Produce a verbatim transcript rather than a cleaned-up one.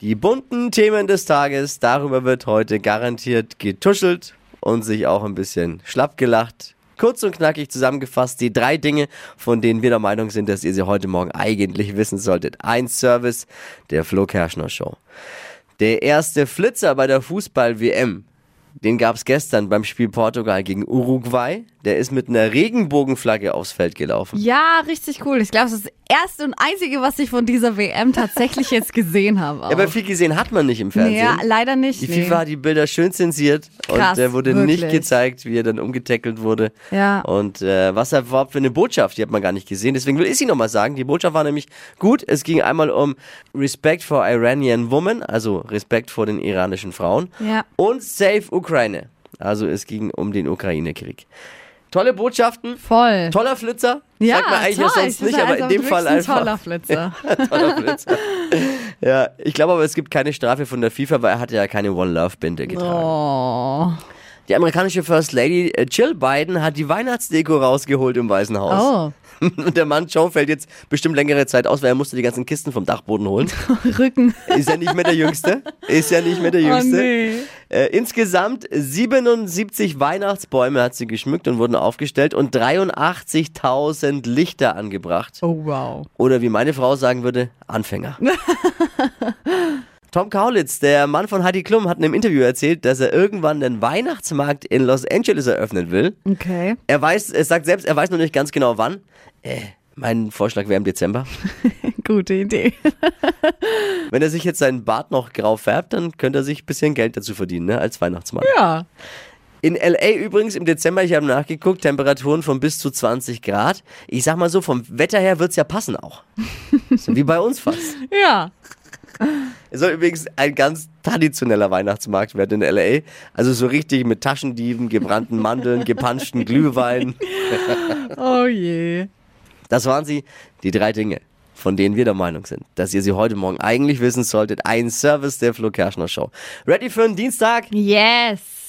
Die bunten Themen des Tages, darüber wird heute garantiert getuschelt und sich auch ein bisschen schlapp gelacht. Kurz und knackig zusammengefasst die drei Dinge, von denen wir der Meinung sind, dass ihr sie heute Morgen eigentlich wissen solltet. Ein Service der Flo Kerschner Show. Der erste Flitzer bei der Fußball-W M, den gab es gestern beim Spiel Portugal gegen Uruguay. Der ist mit einer Regenbogenflagge aufs Feld gelaufen. Ja, richtig cool. Ich glaube, das ist das erste und einzige, was ich von dieser W M tatsächlich jetzt gesehen habe. Auch. Ja, aber viel gesehen hat man nicht im Fernsehen. Ja, leider nicht. Die nee. FIFA hat die Bilder schön zensiert. Krass, und der wurde wirklich. nicht gezeigt, wie er dann umgetackelt wurde. Ja. Und äh, was er überhaupt für eine Botschaft, die hat man gar nicht gesehen. Deswegen will ich sie nochmal sagen. Die Botschaft war nämlich gut. Es ging einmal um Respect for Iranian Women, also Respekt vor den iranischen Frauen. Ja. Und Save Ukraine. Also es ging um den Ukraine-Krieg. Tolle Botschaften. Voll. Toller Flitzer. Ja, Sagt man eigentlich toll. ja sonst nicht, aber in dem Fall ein einfach. toller Flitzer. Toller Flitzer. Ja, ich glaube aber, es gibt keine Strafe von der FIFA, weil er hatte ja keine One Love Binde getragen. Oh. Die amerikanische First Lady äh, Jill Biden hat die Weihnachtsdeko rausgeholt im Weißen Haus. Oh. Und der Mann Joe fällt jetzt bestimmt längere Zeit aus, weil er musste die ganzen Kisten vom Dachboden holen. Rücken. Ist ja nicht mehr der Jüngste. Ist ja nicht mehr der Jüngste. Oh nee. Äh, insgesamt siebenundsiebzig Weihnachtsbäume hat sie geschmückt und wurden aufgestellt und dreiundachtzigtausend Lichter angebracht. Oh wow. Oder wie meine Frau sagen würde, Anfänger. Tom Kaulitz, der Mann von Heidi Klum, hat in einem Interview erzählt, dass er irgendwann den Weihnachtsmarkt in Los Angeles eröffnen will. Okay. Er weiß, er sagt selbst, er weiß noch nicht ganz genau wann. Äh, mein Vorschlag wäre im Dezember. Gute Idee. Wenn er sich jetzt seinen Bart noch grau färbt, dann könnte er sich ein bisschen Geld dazu verdienen, ne, als Weihnachtsmann. Ja. In L A übrigens im Dezember, ich habe nachgeguckt, Temperaturen von bis zu zwanzig Grad. Ich sag mal so, vom Wetter her wird's ja passen auch. So wie bei uns fast. Ja. Es soll übrigens ein ganz traditioneller Weihnachtsmarkt werden in L A. Also so richtig mit Taschendieben, gebrannten Mandeln, gepanschten Glühwein. Oh je. Das waren sie, die drei Dinge, von denen wir der Meinung sind, dass ihr sie heute Morgen eigentlich wissen solltet. Ein Service der Flo Kerschner Show. Ready für einen Dienstag? Yes.